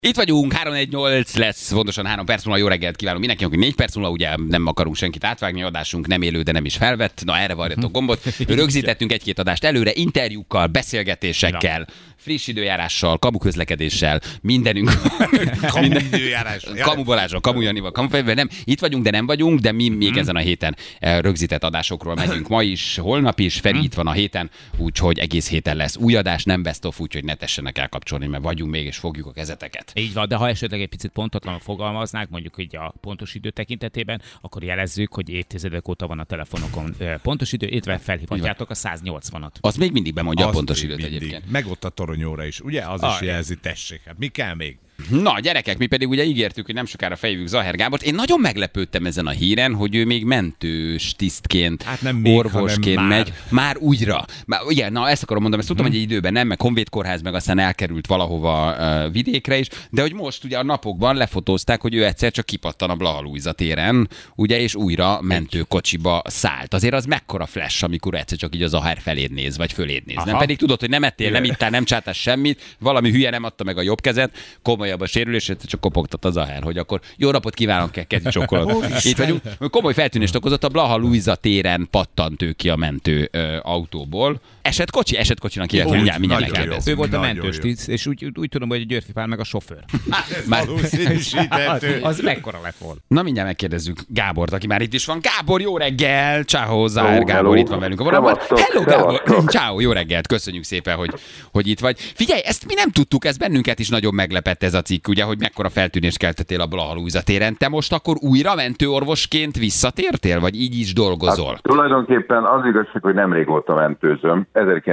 Itt vagyunk, 318 lesz, pontosan 3 perc múlva. Jó reggelt kívánunk mindenkinek, hogy 4 perc múlva, ugye nem akarunk senkit átvágni, adásunk nem élő, de nem is felvett. Na erre varjatok gombot. Rögzítettünk egy-két adást előre, interjúkkal, beszélgetésekkel, friss időjárással, kamuközlekedéssel, mindenünk. Kamu Balázsral, Kamu Janival, Kamu Fejvel, nem. Itt vagyunk, de nem vagyunk, de mi még ezen a héten rögzített adásokról megyünk ma is, holnap is, Feri itt van a héten, úgyhogy egész héten lesz új adás, nem best of, úgyhogy ne tessenek elkapcsolni, mert vagyunk még és fogjuk a kezeteket. Így van, de ha esetleg egy picit pontatlanul fogalmaznák, mondjuk így a pontos idő tekintetében, akkor jelezzük, hogy évtizedek óta van a telefonokon pontos idő, illetve felhívhatjátok a 180-at. Az még mindig bemondja a pontos időt egyébként. Meg ott a toronyóra is, ugye? Az is jelzi, tessék, hát mi kell még? Na, gyerekek, mi pedig ugye ígértük, hogy nem sokára fejlőjük Zahár Gábort. Én nagyon meglepődtem ezen a híren, hogy ő még mentős tisztként, hát nem még, orvosként megy. Már újra. Ugye, na ezt akarom mondani, ezt tudtam, hogy egy időben nem, meg Honvéd Kórház, meg aztán elkerült valahova vidékre is, de hogy most ugye a napokban lefotózták, hogy ő egyszer csak kipattan a Blaha Lujza téren, ugye, és újra mentőkocsiba szállt. Azért az mekkora flash, amikor egyszer csak így a Zahár feléd néz, vagy föléd néz. Nem pedig tudod, hogy nem ettél, nem ittál, nem csátál semmit, valami hülye nem adta meg a jobb kezet, komolyabb a sérülését, csak kopogtat a Zahár, hogy akkor jó napot kívánok, kezdj csokkolod. Itt vagyunk. Komoly feltűnést okozott, a Blaha Lujza téren pattant ő ki a mentő autóból. Esetkocsinak illetve mindjárt megkérdez. Ő volt a mentős tiszt, és úgy tudom, hogy Györfi Pál meg a sofőr. Az mekkora lett volna. Na mindjárt megkérdezzük Gábort, aki már itt is van. Gábor, jó reggel! Ciao, Zahár Gábor itt van velünk a vonalban. Hello, Gábor! Ciao, jó reggelt! Köszönjük szépen, hogy itt vagy. Figyelj, ezt mi nem tudtuk, ez bennünket is nagyon meglepett ez a cikk, ugye, hogy mekkora feltűnést keltettél a Blaha Lujza téren. Te most akkor újra mentőorvosként visszatértél, vagy így is dolgozol? Hát, tulajdonképpen az igazság, hogy nem régóta mentőzöm.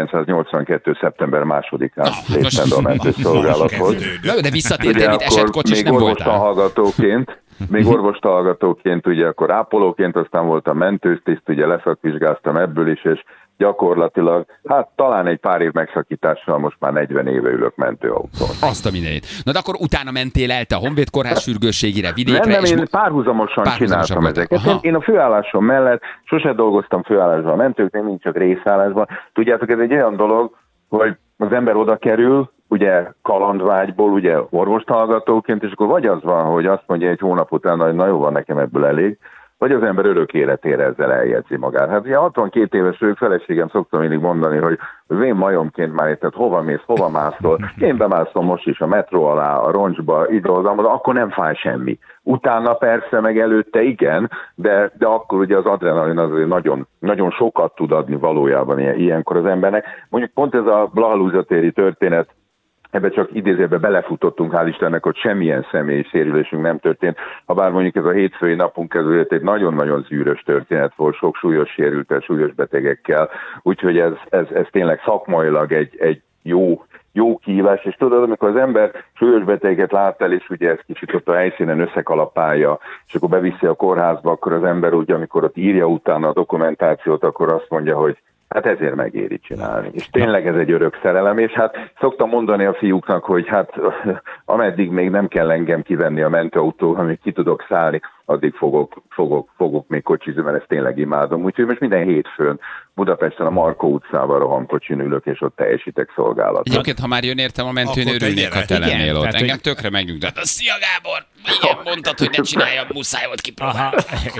1982. szeptember 2-án léptem be a mentőszolgálathoz. De visszatértél, mint esetkocsis nem voltál? Még orvostalgatóként, ugye akkor ápolóként, aztán voltam mentőstiszt, ugye leszakvizsgáztam ebből is, és gyakorlatilag, hát talán egy pár év megszakítással most már 40 éve ülök mentőautón. Azt a mindenit. Na de akkor utána mentél el te a Honvéd Kórház sürgősségére, vidékre? Nem, én párhuzamosan csináltam ezeket. Én a főállásom mellett sose dolgoztam főállásban a mentőknél, mint csak részállásban. Tudjátok, ez egy olyan dolog, hogy az ember oda kerül, ugye kalandvágyból, ugye orvostalgatóként, és akkor vagy az van, hogy azt mondja egy hónap után, hogy na jó, van nekem ebből elég, vagy az ember örök életére ezzel eljegyzi magát. Hát ugye 62 éves vagyok, feleségem szoktam mindig mondani, hogy én majomként már itt, tehát hova mész, hova mászol. Én bemászom most is a metró alá, a roncsba, így dolgozom, akkor nem fáj semmi. Utána persze, meg előtte igen, de akkor ugye az adrenalin az nagyon, nagyon sokat tud adni valójában ilyenkor az embernek. Mondjuk pont ez a Blaha Lujza téri történet, ebbe csak idézőben belefutottunk, hál' Istennek, hogy semmilyen személyi sérülésünk nem történt. Habár mondjuk ez a hétfői napunk kezdődött egy nagyon-nagyon zűrös történet volt, sok súlyos sérültel, súlyos betegekkel, úgyhogy ez tényleg szakmailag egy jó kihívás, és tudod, amikor az ember súlyos betegeket lát el, és ugye ezt kicsit ott a helyszínen összekalapálja, és akkor beviszi a kórházba, akkor az ember ugye, amikor ott írja utána a dokumentációt, akkor azt mondja, hogy hát ezért megéri csinálni. És tényleg ez egy örök szerelem, és hát szoktam mondani a fiúknak, hogy hát ameddig még nem kell engem kivenni a mentőautóval, amíg ki tudok szállni, addig fogok még kocsizni, mert ezt tényleg imádom. Úgyhogy most minden hétfőn Budapesten a Markó utcában rohamkocsin ülök, és ott teljesítek szolgálatot. Egyébként, ha már jön értem a mentőn, örülnék, ha te lennél ott. Engem tökre megnyugtat. Szia Gábor! Igen, mondtad, hogy ne csináljam, muszáj volt kipróbálni.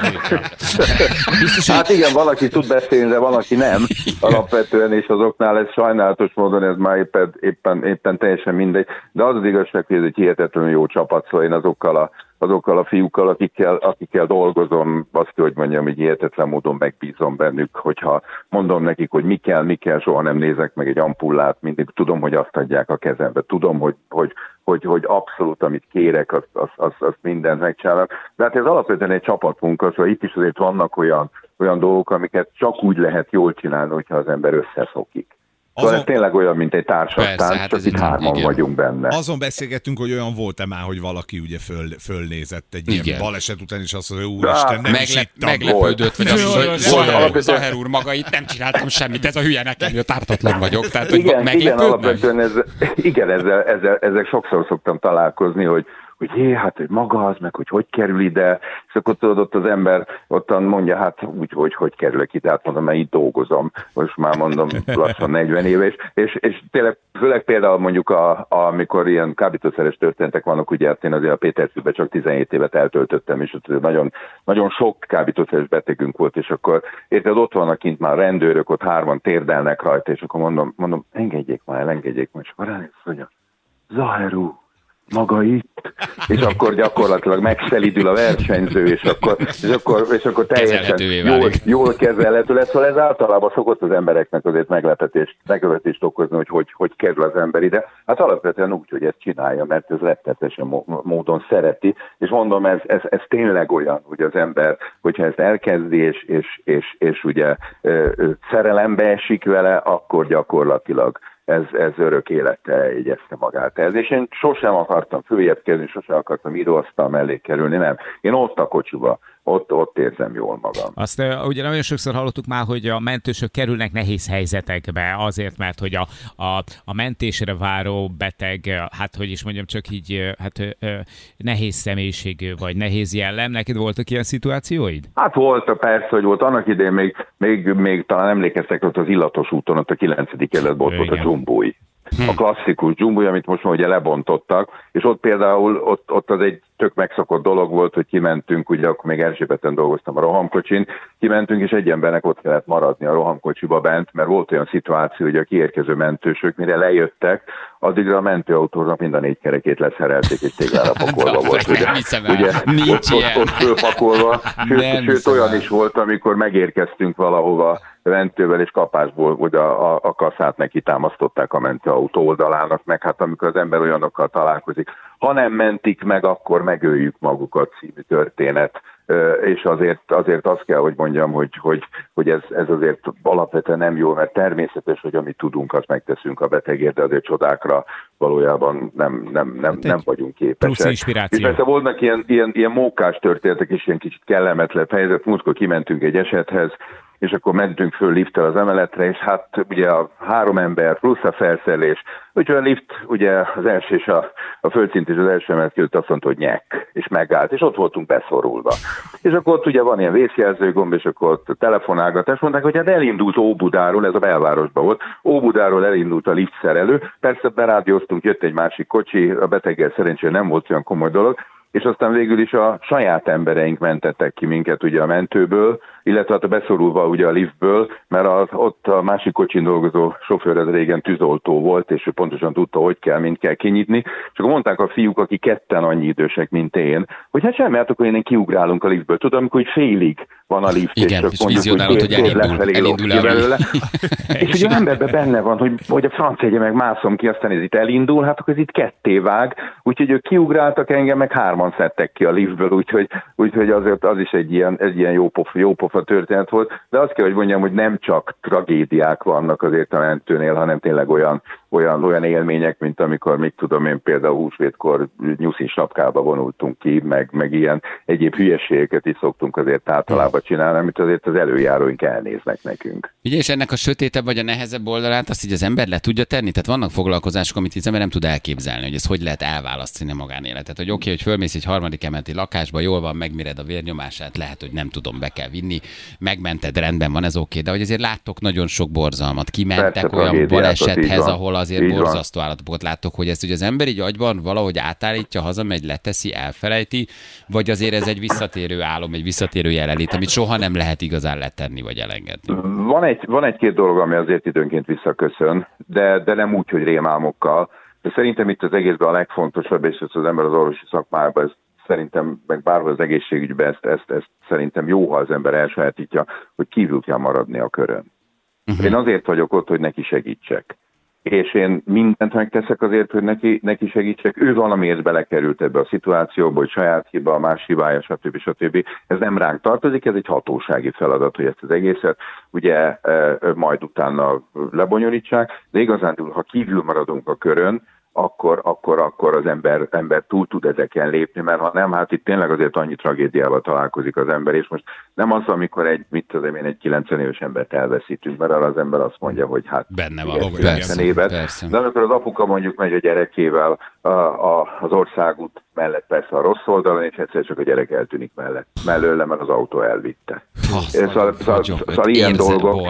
Hát igen, valaki tud beszélni, de valaki nem. Alapvetően, és azoknál ez sajnálatos módon, ez már éppen teljesen mindegy. De az igazság, hogy ez egy hihetetlenül jó csapat, szóval én azokkal a fiúkkal, akikkel dolgozom, azt hogy mondjam, hogy hihetetlen módon megbízom bennük, hogyha mondom nekik, hogy mi kell, soha nem nézek meg egy ampullát, mindig tudom, hogy azt adják a kezembe, tudom, hogy abszolút, amit kérek, azt mindent megcsinálnak. De hát ez alapvetően egy csapatmunka, szóval itt is azért vannak olyan dolgok, amiket csak úgy lehet jól csinálni, hogyha az ember összeszokik. Szóval ez tényleg olyan, mint egy társaság, hát csak itt hárman vagyunk benne. Azon beszélgettünk, hogy olyan volt-e már, hogy valaki ugye fölnézett egy ilyen baleset után, és azt mondja, hogy úristen, nem is ittam. Meglepődött, vagy Zahár úr maga, itt nem csináltam semmit, ez a hülye nekem, hogy ártatlan vagyok. Tehát, igen, alapvetően ezzel sokszor szoktam találkozni, hogy hogy hát hogy maga az, meg hogy kerül ide, és akkor tudod, ott az ember ottan mondja, hát úgy, hogy kerülök ide, hát mondom, mert itt dolgozom, most már mondom, lassan 40 éve, és tényleg, főleg például mondjuk, amikor ilyen kábítószeres történetek vannak, ugye hát én azért a Péterfülben csak 17 évet eltöltöttem, és ott nagyon, nagyon sok kábítószeres betegünk volt, és akkor érted, ott vannak kint már rendőrök, ott 3 térdelnek rajta, és akkor mondom, engedjék már, és akkor ránéz, mondja, Zaherú, maga itt, és akkor gyakorlatilag megszelidül a versenyző, és akkor teljesen jól kezelhető lesz. Szóval ez általában szokott az embereknek azért meglepetést okozni, hogy kerül az ember ide. Hát alapvetően úgy, hogy ezt csinálja, mert ez rettetesen módon szereti, és mondom, ez tényleg olyan, hogy az ember, hogyha ezt elkezdi, és ugye szerelembe esik vele, akkor gyakorlatilag ez örök élettel jegyezte magát ez. És én sosem akartam följebb kerülni, sosem akartam íróasztal mellé kerülni, nem. Én ott a kocsiba, ott érzem jól magam. Azt ugye nagyon sokszor hallottuk már, hogy a mentősök kerülnek nehéz helyzetekbe azért, mert hogy a mentésre váró beteg, hát hogy is mondjam, csak így nehéz személyiségű vagy nehéz jellem. Neked voltak ilyen szituációid? Hát volt, persze, hogy volt. Annak idején még talán emlékeztek, ott az Illatos úton, ott a 9. kerületben volt a Jumbói. A klasszikus Jumbói, amit most már ugye lebontottak, és ott például ott az egy tök megszokott dolog volt, hogy kimentünk, ugye akkor még Erzsébeten dolgoztam a rohamkocsin, kimentünk, és egy embernek ott kellett maradni a rohamkocsiba bent, mert volt olyan szituáció, hogy a kiérkező mentősök, mire lejöttek, addigra a mentőautónak mind a 4 kerekét leszerelték, és téglára pakolva volt. Ugye ott fölpakolva. Sőt, olyan is volt, amikor megérkeztünk valahova mentővel, és kapásból ugye a kasszát neki támasztották a mentőautó oldalának, meg hát amikor az ember olyanokkal találkozik, ha nem mentik meg, akkor megöljük magukat című történet. És azért azt kell, hogy mondjam, hogy ez azért alapvetően nem jó, mert természetes, hogy amit tudunk, azt megteszünk a betegért, de azért csodákra valójában nem vagyunk képesek. És persze voltak ilyen mókás történetek, és ilyen kicsit kellemetlen helyzet. Múltkor kimentünk egy esethez, és akkor mentünk föl lifttel az emeletre, és hát ugye a 3 ember plusz a felszerelés, úgyhogy a lift, ugye az első és a földszint és az első emelet között azt mondta, hogy nyek, és megállt, és ott voltunk beszorulva. És akkor ott ugye van ilyen vészjelzőgomb, és akkor ott telefonálgatás, mondták, hogy hát elindult Óbudáról, ez a belvárosban volt, Óbudáról elindult a lift szerelő, persze berádióztunk, jött egy másik kocsi, a beteggel szerencsére nem volt olyan komoly dolog, és aztán végül is a saját embereink mentettek ki minket ugye a mentőből, illetve hát a beszorulva ugye a liftből, mert ott a másik kocsin dolgozó sofőr az régen tűzoltó volt, és ő pontosan tudta, hogy kell, mint kell kinyitni, és akkor mondták a fiúk, akik ketten annyi idősek, mint én, hogy hát semmi, hát akkor én kiugrálunk a liftből. Tudom, amikor hogy félig van a lift, igen, és vizionálod, hogy elindul belőle. És ugye az emberben benne van, hogy a francia egye meg mászom ki, aztán ez itt elindul, hát akkor ez itt ketté vág, úgyhogy ők kiugráltak engem, meg 3-an szedtek ki a liftből, úgyhogy azért az is egy ilyen jópofa történet volt, de azt kell, hogy mondjam, hogy nem csak tragédiák vannak azért a mentőnél, hanem tényleg olyan élmények, mint amikor, mit tudom én, például húsvétkor nyuszis sapkába vonultunk ki, meg ilyen egyéb hülyeségeket is szoktunk azért általában csinálni, amit azért az előjáróink elnéznek nekünk. Ugye, és ennek a sötétebb vagy a nehezebb oldalát azt így az ember le tudja tenni? Tehát vannak foglalkozások, amit az ember nem tud elképzelni, hogy ez hogy lehet elválasztani a magánéletet. Hogy oké, hogy fölmész egy 3. emeleti lakásba, jól van, megméred a vérnyomását, lehet, hogy nem tudom, be kell vinni, megmented, rendben van, ez oké, de hogy azért láttok nagyon sok borzalmat. Kimentek persze, olyan balesethez, ahol azért borzasztó állatokat láttok, hogy ezt ugye az ember így agyban valahogy átállítja, hazamegy, leteszi, elfelejti, vagy azért ez egy visszatérő álom, egy visszatérő jelenlét, amit soha nem lehet igazán letenni, vagy elengedni. Van egy-két dolog, ami azért időnként visszaköszön, de nem úgy, hogy rémálmokkal. De szerintem itt az egészben a legfontosabb, és ez az ember az orvosi szakmában, ez szerintem, meg bárhol az egészségügyben ezt szerintem jó, ha az ember elsajátítja, hogy kívül kell maradni a körön. Én azért vagyok ott, hogy neki segítsek. És én mindent megteszek azért, hogy neki segítsek. Ő valamiért belekerült ebbe a szituációba, hogy saját hiba, más hibája, stb. Ez nem ránk tartozik, ez egy hatósági feladat, hogy ezt az egészet ugye majd utána lebonyolítsák. De igazán, ha kívül maradunk a körön, akkor az ember túl tud ezeken lépni, mert ha nem, hát itt tényleg azért annyi tragédiával találkozik az ember, és most nem az, amikor egy 90 éves embert elveszítünk, mert arra az ember azt mondja, hogy hát benne van, 90 évet, de amikor az apuka mondjuk megy a gyerekével az országút mellett persze a rossz oldalon, és egyszer csak a gyerek eltűnik mellőle, mert az autó elvitte. Szóval ilyen dolgok.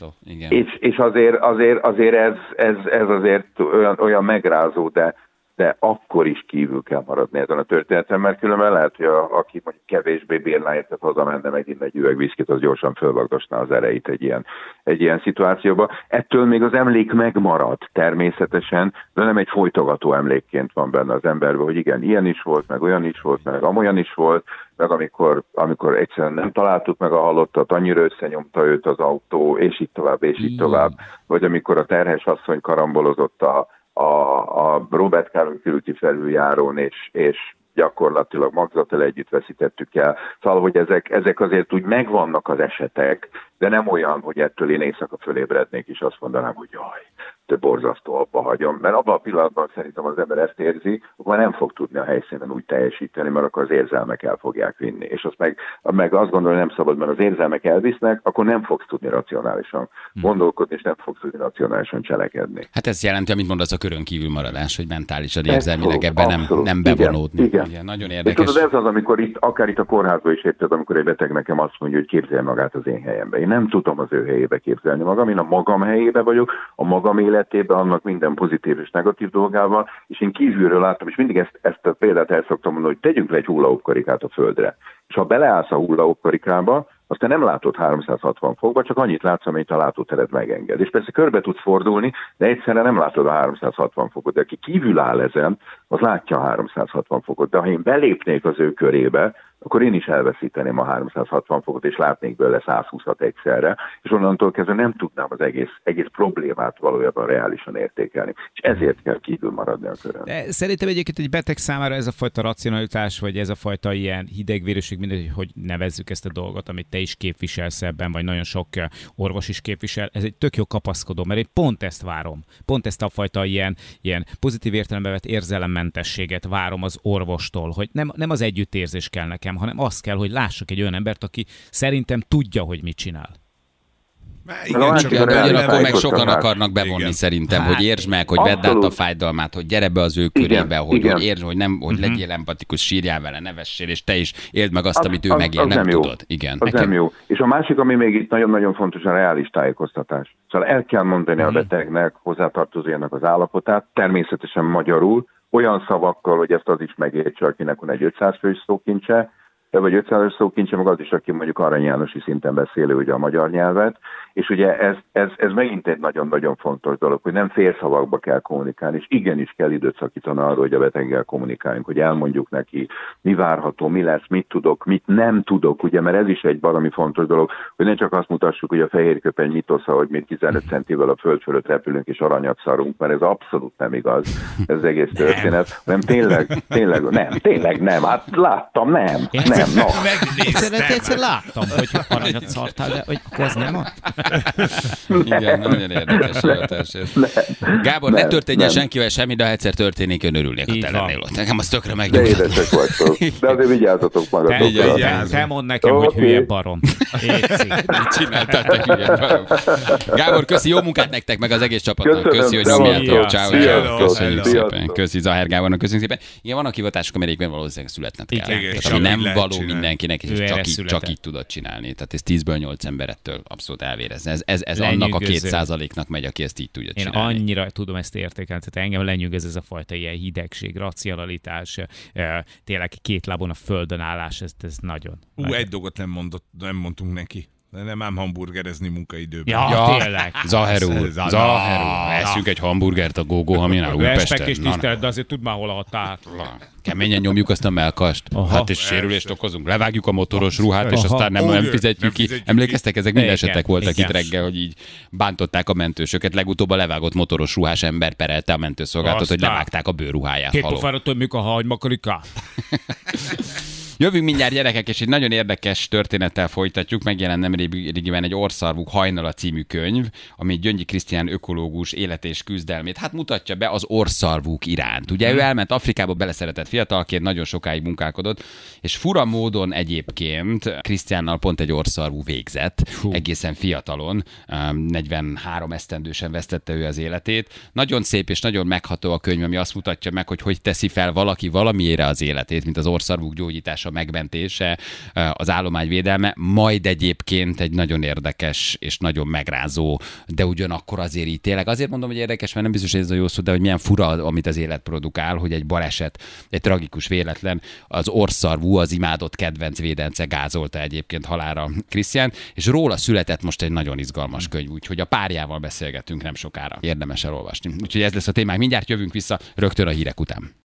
És azért ez azért olyan megrázó, de akkor is kívül kell maradni ezen a történeten, mert különben lehet, hogy aki mondjuk kevésbé bírná érted hazamenne megint egy üveg viszkit, az gyorsan fölvagdosná az erejét egy ilyen szituációba. Ettől még az emlék megmarad természetesen, de nem egy folytogató emlékként van benne az emberben, hogy igen, ilyen is volt, meg olyan is volt, meg amolyan is volt, meg amikor egyszerűen nem találtuk meg a halottat, annyira összenyomta őt az autó, és így tovább, vagy amikor a terhes asszony karambolozott a Robert Károly körúti felüljárón, és gyakorlatilag magzattal együtt veszítettük el. Szóval, hogy ezek azért úgy megvannak az esetek, de nem olyan, hogy ettől én éjszaka fölébrednék, és azt mondanám, hogy jaj, több borzasztó, abba hagyom. Mert abban a pillanatban szerintem az ember ezt érzi, akkor nem fog tudni a helyszínen úgy teljesíteni, mert akkor az érzelmek el fogják vinni. És azt meg azt gondolom, hogy nem szabad, mert az érzelmek elvisznek, akkor nem fogsz tudni racionálisan gondolkodni, és nem fogsz tudni racionálisan cselekedni. Hát ez jelenti, amit mondasz, a körön kívül maradás, hogy mentálisan érzelmileg ebben nem bevonódni. Igen. Nagyon érdekes. És tudod, ez az, amikor akár itt a kórházban is érted, amikor egy beteg nekem azt mondja, hogy képzelje magát az én helyembe. Én nem tudom az ő helyébe képzelni magam, én a magam helyébe vagyok, a magam életében, annak minden pozitív és negatív dolgával, és én kívülről láttam, és mindig ezt a példát el szoktam mondani, hogy tegyünk le egy hullahoppkarikát a földre. És ha beleállsz a hullahoppkarikába, azt te nem látod 360 fokba, csak annyit látsz, amit a látótered megenged. És persze körbe tudsz fordulni, de egyszerre nem látod a 360 fokot. De aki kívül áll ezen, az látja a 360 fokot. De ha én belépnék az ő körébe, akkor én is elveszíteném a 360 fokot, és látnék belőle 120-at egyszerre, és onnantól kezdve nem tudnám az egész problémát valójában reálisan értékelni. És ezért kell kívül maradni a körön. De szerintem egyébként egy beteg számára ez a fajta racionalitás, vagy ez a fajta ilyen hidegvérőség, mindegy, hogy nevezzük ezt a dolgot, amit te is képviselsz ebben, vagy nagyon sok orvos is képvisel, ez egy tök jó kapaszkodó, mert én pont ezt várom. Pont ezt a fajta ilyen pozitív értelembe vett érzelemmentességet várom az orvostól, hogy nem az együttérzés kell nekem, hanem az kell, hogy lássak egy olyan embert, aki szerintem tudja, hogy mit csinál. Ugyanakkor meg sokan akarnak bevonni szerintem, hogy értsd meg, hogy vedd át a fájdalmát, hogy gyere be az ő körébe, hogy értsd, hogy legyél empatikus, sírjál vele, nevessél, és te is éld meg azt, amit ő megél, nem tudod. Igen. Az nem jó. És a másik, ami még itt nagyon-nagyon fontos, a reális tájékoztatás. Szóval el kell mondani a betegnek, hozzátartozójának az állapotát, természetesen magyarul, olyan szavakkal, hogy ezt az is megértse, akinek van egy 500 fős szókincse, vagy 500-as szókincse, meg az is, aki mondjuk Arany Jánosi szinten beszélő ugye a magyar nyelvet, és ugye ez megint egy nagyon-nagyon fontos dolog, hogy nem félszavakba kell kommunikálni, és igenis kell időt szakítani arra, hogy a beteggel kommunikáljunk, hogy elmondjuk neki, mi várható, mi lesz, mit tudok, mit nem tudok, ugye, mert ez is egy valami fontos dolog, hogy ne csak azt mutassuk, hogy a fehér köpeny mitosza, hogy mi 15 centivel a föld fölött repülünk és aranyat szarunk, mert ez abszolút nem igaz, ez az egész történet, nem tényleg nem, hát láttam, nem. Egyszer láttam, hogy aranyat szartál, de hogy az nem ad? Igen, nagyon érdekes. Gábor, ne történjen senkivel semmi, de ha egyszer történik, ön örülnék, ha te lennél ott. Nekem az tökre megnyugtat. De édesek vagytok. De azért vigyázzatok magatokra. Te mondd nekem, hogy hülye barom. Mit csináltál, te hülye barom? Gábor, köszi, jó munkát nektek, meg az egész csapatnak. Köszi, hogy nyomjátok. Ciao. Köszönjük szépen. Köszi Zahár Gábornak, köszönjük szépen. Igen, vannak hivatások, amelyikben valószínűleg születned kell. Ami nem való mindenkinek, és csak így tudod csinálni. Tehát ez 10-ből 8 ember ettől abszolút elvérezni. Ez annak a 2%-nak megy, aki ezt így tudja csinálni. Én annyira tudom ezt értékelni, tehát engem lenyűgöz ez a fajta ilyen hidegség, racionalitás, tényleg két lábon a földön állás, ez nagyon. Egy dolgot nem mondtunk neki. De nem ám hamburgerezni munkaidőben. Ja, tényleg. Zaheru. Eszünk egy hamburgert a Gógó Haminál Újpesten. Respekt és tisztelet, de azért tud már hol a határ. Keményen nyomjuk azt a melkast. Hát és sérülést okozunk. Levágjuk a motoros ruhát, és aztán nem fizetjük ki. Emlékeztek, ezek minden esetek voltak itt reggel, hogy így bántották a mentősöket. Legutóbb a levágott motoros ruhás ember perelte a mentőszolgálatot, hogy levágták a bőrruháját. Két pofára tömjük a hagymakarikát. Jövünk mindjárt, gyerekek, és egy nagyon érdekes történettel folytatjuk. Megjelent nemrégiben egy Orrszarvuk hajnala című könyv, ami Gyöngyi Krisztián ökológus élet és küzdelmét mutatja be az orrszarvuk iránt. Ugye ő elment Afrikába, beleszeretett fiatalként, nagyon sokáig munkálkodott, és fura módon egyébként Krisztiánnal pont egy orrszarvú végzett, egészen fiatalon, 43 esztendősen vesztette ő az életét. Nagyon szép és nagyon megható a könyv, ami azt mutatja meg, hogy teszi fel valaki valamiére az életét, mint az orrszarvuk gyógyítása, megmentése, az állomány védelme, majd egyébként egy nagyon érdekes és nagyon megrázó, de ugyanakkor azért így tényleg. Azért mondom, hogy érdekes, mert nem biztos, hogy ez a jó szó, de hogy milyen fura, amit az élet produkál, hogy egy baleset, egy tragikus véletlen, az orrszarvú, az imádott kedvenc védence gázolta egyébként halálra Krisztián, és róla született most egy nagyon izgalmas könyv, úgyhogy a párjával beszélgetünk nem sokára. Érdemes elolvasni. Úgyhogy ez lesz a témánk. Mindjárt jövünk vissza rögtön a hírek után.